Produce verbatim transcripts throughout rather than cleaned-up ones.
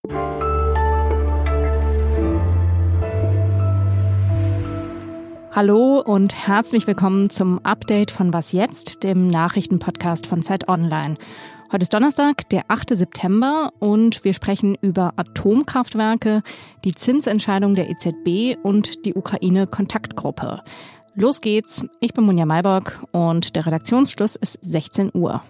Hallo und herzlich willkommen zum Update von Was jetzt, dem Nachrichtenpodcast von Zeit Online. Heute ist Donnerstag, der achte September und wir sprechen über Atomkraftwerke, die Zinsentscheidung der E Z B und die Ukraine-Kontaktgruppe. Los geht's, ich bin Munja Mayborg und der Redaktionsschluss ist sechzehn Uhr.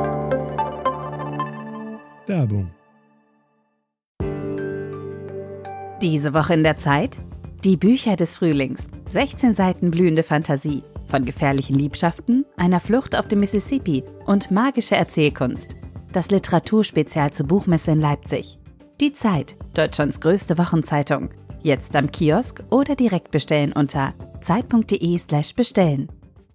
Werbung. Diese Woche in der Zeit? Die Bücher des Frühlings. sechzehn Seiten blühende Fantasie. Von gefährlichen Liebschaften, einer Flucht auf dem Mississippi und magische Erzählkunst. Das Literaturspezial zur Buchmesse in Leipzig. Die Zeit, Deutschlands größte Wochenzeitung. Jetzt am Kiosk oder direkt bestellen unter zeit.de slash bestellen.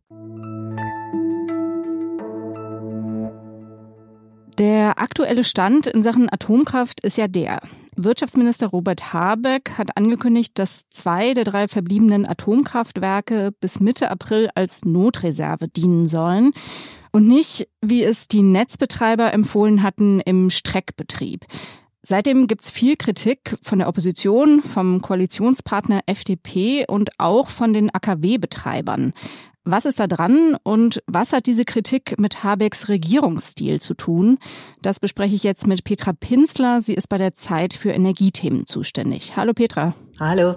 Der aktuelle Stand in Sachen Atomkraft ist ja der: Wirtschaftsminister Robert Habeck hat angekündigt, dass zwei der drei verbliebenen Atomkraftwerke bis Mitte April als Notreserve dienen sollen und nicht, wie es die Netzbetreiber empfohlen hatten, im Streckbetrieb. Seitdem gibt's viel Kritik von der Opposition, vom Koalitionspartner F D P und auch von den A K W-Betreibern. Was ist da dran und was hat diese Kritik mit Habecks Regierungsstil zu tun? Das bespreche ich jetzt mit Petra Pinzler. Sie ist bei der Zeit für Energiethemen zuständig. Hallo Petra. Hallo.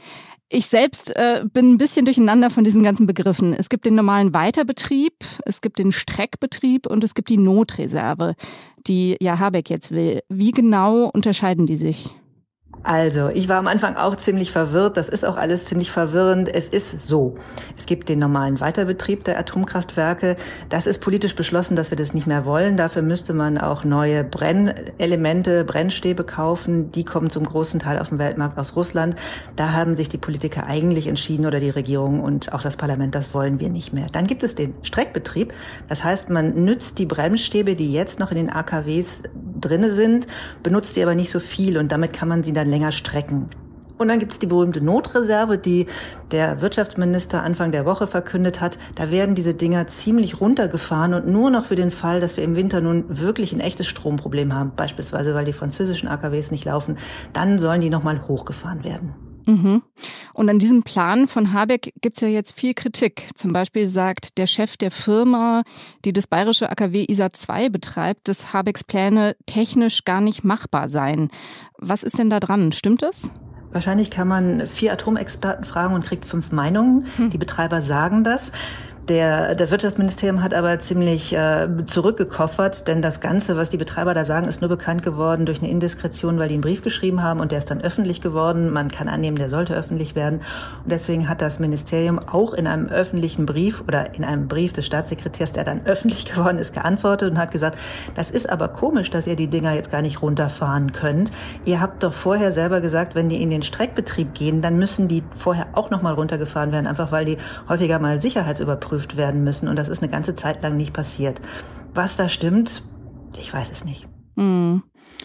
Ich selbst äh, bin ein bisschen durcheinander von diesen ganzen Begriffen. Es gibt den normalen Weiterbetrieb, es gibt den Streckbetrieb und es gibt die Notreserve, die ja Habeck jetzt will. Wie genau unterscheiden die sich? Also, ich war am Anfang auch ziemlich verwirrt. Das ist auch alles ziemlich verwirrend. Es ist so. Es gibt den normalen Weiterbetrieb der Atomkraftwerke. Das ist politisch beschlossen, dass wir das nicht mehr wollen. Dafür müsste man auch neue Brennelemente, Brennstäbe kaufen. Die kommen zum großen Teil auf dem Weltmarkt aus Russland. Da haben sich die Politiker eigentlich entschieden oder die Regierung und auch das Parlament, das wollen wir nicht mehr. Dann gibt es den Streckbetrieb. Das heißt, man nützt die Brennstäbe, die jetzt noch in den A K Ws drinne sind, benutzt sie aber nicht so viel und damit kann man sie dann länger strecken. Und dann gibt es die berühmte Notreserve, die der Wirtschaftsminister Anfang der Woche verkündet hat. Da werden diese Dinger ziemlich runtergefahren und nur noch für den Fall, dass wir im Winter nun wirklich ein echtes Stromproblem haben, beispielsweise weil die französischen A K Ws nicht laufen, dann sollen die nochmal hochgefahren werden. Mhm. Und an diesem Plan von Habeck gibt's ja jetzt viel Kritik. Zum Beispiel sagt der Chef der Firma, die das bayerische A K W I S A zwei betreibt, dass Habecks Pläne technisch gar nicht machbar seien. Was ist denn da dran? Stimmt das? Wahrscheinlich kann man vier Atomexperten fragen und kriegt fünf Meinungen. Hm. Die Betreiber sagen das. Der, das Wirtschaftsministerium hat aber ziemlich äh, zurückgekoffert, denn das Ganze, was die Betreiber da sagen, ist nur bekannt geworden durch eine Indiskretion, weil die einen Brief geschrieben haben und der ist dann öffentlich geworden. Man kann annehmen, der sollte öffentlich werden. Und deswegen hat das Ministerium auch in einem öffentlichen Brief oder in einem Brief des Staatssekretärs, der dann öffentlich geworden ist, geantwortet und hat gesagt, das ist aber komisch, dass ihr die Dinger jetzt gar nicht runterfahren könnt. Ihr habt doch vorher selber gesagt, wenn die in den Streckbetrieb gehen, dann müssen die vorher auch nochmal runtergefahren werden, einfach weil die häufiger mal sicherheitsüberprüft werden müssen. Und das ist eine ganze Zeit lang nicht passiert. Was da stimmt, ich weiß es nicht. Mhm.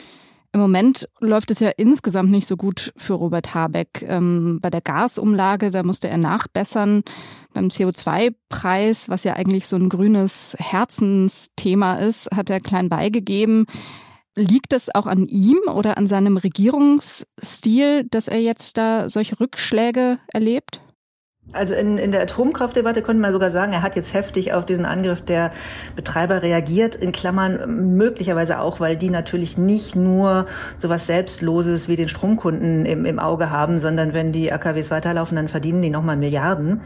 Im Moment läuft es ja insgesamt nicht so gut für Robert Habeck. Ähm, bei der Gasumlage, da musste er nachbessern. Beim C O zwei Preis, was ja eigentlich so ein grünes Herzensthema ist, hat er klein beigegeben. Liegt es auch an ihm oder an seinem Regierungsstil, dass er jetzt da solche Rückschläge erlebt? Also in, in der Atomkraftdebatte konnte man sogar sagen, er hat jetzt heftig auf diesen Angriff der Betreiber reagiert, in Klammern möglicherweise auch, weil die natürlich nicht nur sowas Selbstloses wie den Stromkunden im, im Auge haben, sondern wenn die A K Ws weiterlaufen, dann verdienen die nochmal Milliarden.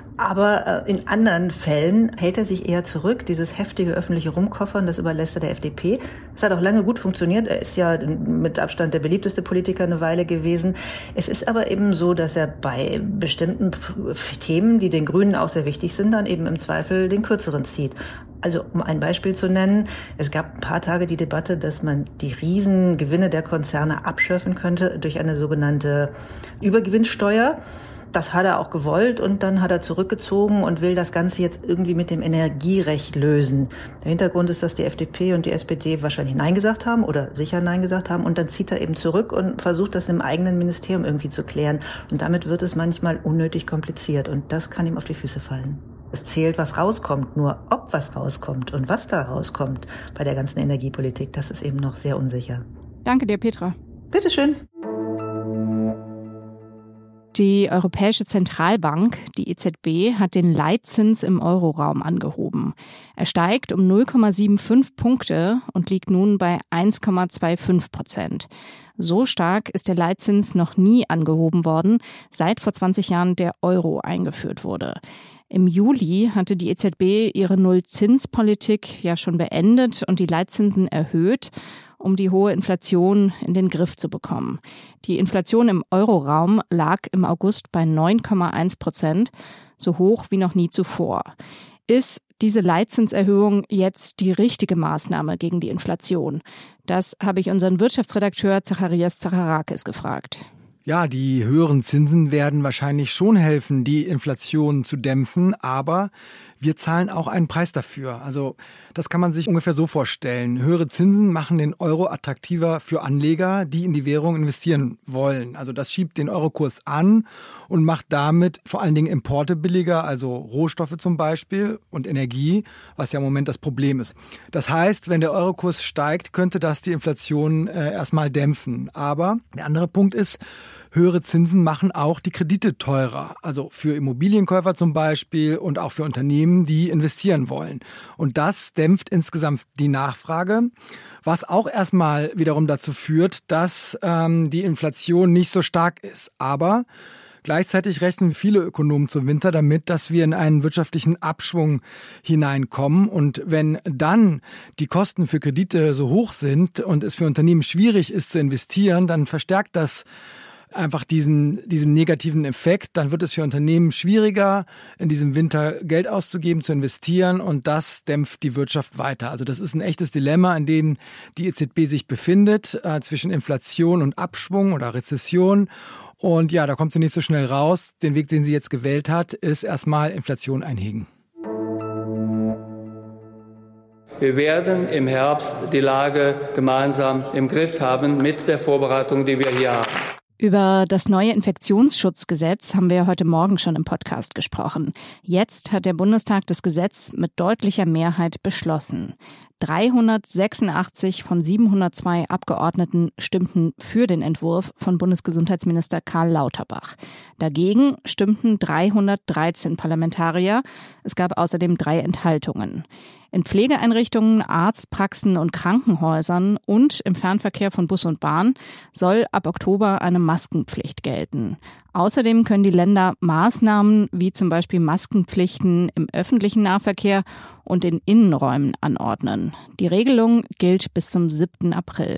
Aber in anderen Fällen hält er sich eher zurück. Dieses heftige öffentliche Rumkoffern, das überlässt er der F D P. Das hat auch lange gut funktioniert. Er ist ja mit Abstand der beliebteste Politiker eine Weile gewesen. Es ist aber eben so, dass er bei bestimmten Themen, die den Grünen auch sehr wichtig sind, dann eben im Zweifel den Kürzeren zieht. Also um ein Beispiel zu nennen, es gab ein paar Tage die Debatte, dass man die Riesengewinne der Konzerne abschöpfen könnte durch eine sogenannte Übergewinnsteuer. Das hat er auch gewollt und dann hat er zurückgezogen und will das Ganze jetzt irgendwie mit dem Energierecht lösen. Der Hintergrund ist, dass die F D P und die S P D wahrscheinlich Nein gesagt haben oder sicher Nein gesagt haben und dann zieht er eben zurück und versucht das im eigenen Ministerium irgendwie zu klären. Und damit wird es manchmal unnötig kompliziert und das kann ihm auf die Füße fallen. Es zählt, was rauskommt, nur ob was rauskommt und was da rauskommt bei der ganzen Energiepolitik, das ist eben noch sehr unsicher. Danke dir, Petra. Bitteschön. Die Europäische Zentralbank, die E Z B, hat den Leitzins im Euroraum angehoben. Er steigt um null Komma fünfundsiebzig Punkte und liegt nun bei eins Komma fünfundzwanzig Prozent. So stark ist der Leitzins noch nie angehoben worden, seit vor zwanzig Jahren der Euro eingeführt wurde. Im Juli hatte die E Z B ihre Nullzinspolitik ja schon beendet und die Leitzinsen erhöht, um die hohe Inflation in den Griff zu bekommen. Die Inflation im Euroraum lag im August bei neun Komma eins Prozent, so hoch wie noch nie zuvor. Ist diese Leitzinserhöhung jetzt die richtige Maßnahme gegen die Inflation? Das habe ich unseren Wirtschaftsredakteur Zacharias Zacharakis gefragt. Ja, die höheren Zinsen werden wahrscheinlich schon helfen, die Inflation zu dämpfen, aber wir zahlen auch einen Preis dafür. Also das kann man sich ungefähr so vorstellen. Höhere Zinsen machen den Euro attraktiver für Anleger, die in die Währung investieren wollen. Also das schiebt den Eurokurs an und macht damit vor allen Dingen Importe billiger, also Rohstoffe zum Beispiel und Energie, was ja im Moment das Problem ist. Das heißt, wenn der Eurokurs steigt, könnte das die Inflation äh, erstmal dämpfen. Aber der andere Punkt ist, höhere Zinsen machen auch die Kredite teurer, also für Immobilienkäufer zum Beispiel und auch für Unternehmen, die investieren wollen. Und das dämpft insgesamt die Nachfrage, was auch erstmal wiederum dazu führt, dass ähm, die Inflation nicht so stark ist. Aber gleichzeitig rechnen viele Ökonomen zum Winter damit, dass wir in einen wirtschaftlichen Abschwung hineinkommen. Und wenn dann die Kosten für Kredite so hoch sind und es für Unternehmen schwierig ist zu investieren, dann verstärkt das einfach diesen, diesen negativen Effekt. Dann wird es für Unternehmen schwieriger, in diesem Winter Geld auszugeben, zu investieren und das dämpft die Wirtschaft weiter. Also das ist ein echtes Dilemma, in dem die E Z B sich befindet, äh, zwischen Inflation und Abschwung oder Rezession. Und ja, da kommt sie nicht so schnell raus. Den Weg, den sie jetzt gewählt hat, ist erstmal Inflation einhegen. Wir werden im Herbst die Lage gemeinsam im Griff haben mit der Vorbereitung, die wir hier haben. Über das neue Infektionsschutzgesetz haben wir heute Morgen schon im Podcast gesprochen. Jetzt hat der Bundestag das Gesetz mit deutlicher Mehrheit beschlossen. dreihundertsechsundachtzig von siebenhundertzwei Abgeordneten stimmten für den Entwurf von Bundesgesundheitsminister Karl Lauterbach. Dagegen stimmten dreihundertdreizehn Parlamentarier. Es gab außerdem drei Enthaltungen. In Pflegeeinrichtungen, Arztpraxen und Krankenhäusern und im Fernverkehr von Bus und Bahn soll ab Oktober eine Maskenpflicht gelten. Außerdem können die Länder Maßnahmen wie zum Beispiel Maskenpflichten im öffentlichen Nahverkehr und in Innenräumen anordnen. Die Regelung gilt bis zum siebten April.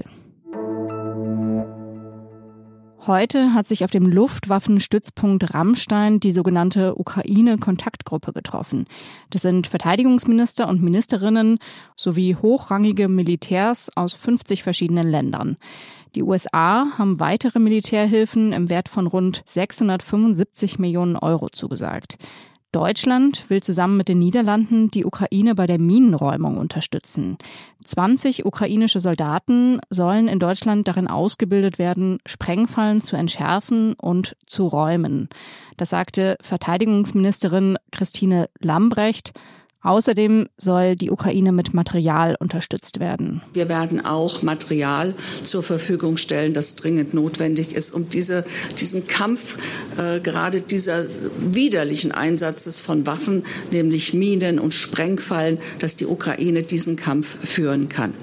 Heute hat sich auf dem Luftwaffenstützpunkt Ramstein die sogenannte Ukraine-Kontaktgruppe getroffen. Das sind Verteidigungsminister und Ministerinnen sowie hochrangige Militärs aus fünfzig verschiedenen Ländern. Die U S A haben weitere Militärhilfen im Wert von rund sechshundertfünfundsiebzig Millionen Euro zugesagt. Deutschland will zusammen mit den Niederlanden die Ukraine bei der Minenräumung unterstützen. zwanzig ukrainische Soldaten sollen in Deutschland darin ausgebildet werden, Sprengfallen zu entschärfen und zu räumen. Das sagte Verteidigungsministerin Christine Lambrecht. Außerdem soll die Ukraine mit Material unterstützt werden. Wir werden auch Material zur Verfügung stellen, das dringend notwendig ist, um diese, diesen Kampf, äh, gerade dieser widerlichen Einsatzes von Waffen, nämlich Minen und Sprengfallen, dass die Ukraine diesen Kampf führen kann.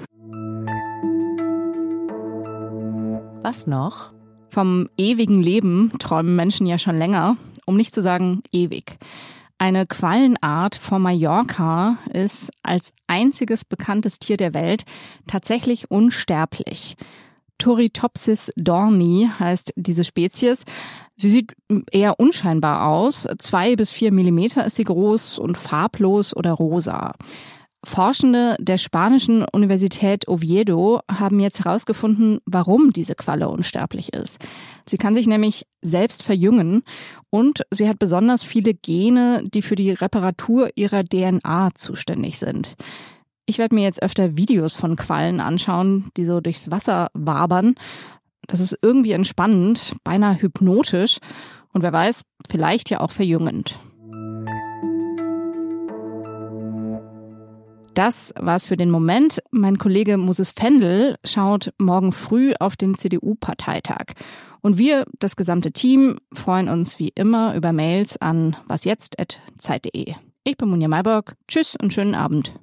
Was noch? Vom ewigen Leben träumen Menschen ja schon länger, um nicht zu sagen ewig. Eine Quallenart von Mallorca ist als einziges bekanntes Tier der Welt tatsächlich unsterblich. Turritopsis dorni heißt diese Spezies. Sie sieht eher unscheinbar aus. Zwei bis vier Millimeter ist sie groß und farblos oder rosa. Forschende der spanischen Universität Oviedo haben jetzt herausgefunden, warum diese Qualle unsterblich ist. Sie kann sich nämlich selbst verjüngen und sie hat besonders viele Gene, die für die Reparatur ihrer D N A zuständig sind. Ich werde mir jetzt öfter Videos von Quallen anschauen, die so durchs Wasser wabern. Das ist irgendwie entspannend, beinahe hypnotisch und wer weiß, vielleicht ja auch verjüngend. Das war's für den Moment. Mein Kollege Moses Fendel schaut morgen früh auf den C D U-Parteitag. Und wir, das gesamte Team, freuen uns wie immer über Mails an wasjetzt at zeit punkt de. Ich bin Munja Mayborg. Tschüss und schönen Abend.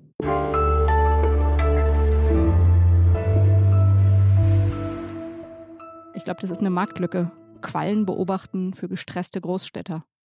Ich glaube, das ist eine Marktlücke. Quallen beobachten für gestresste Großstädter.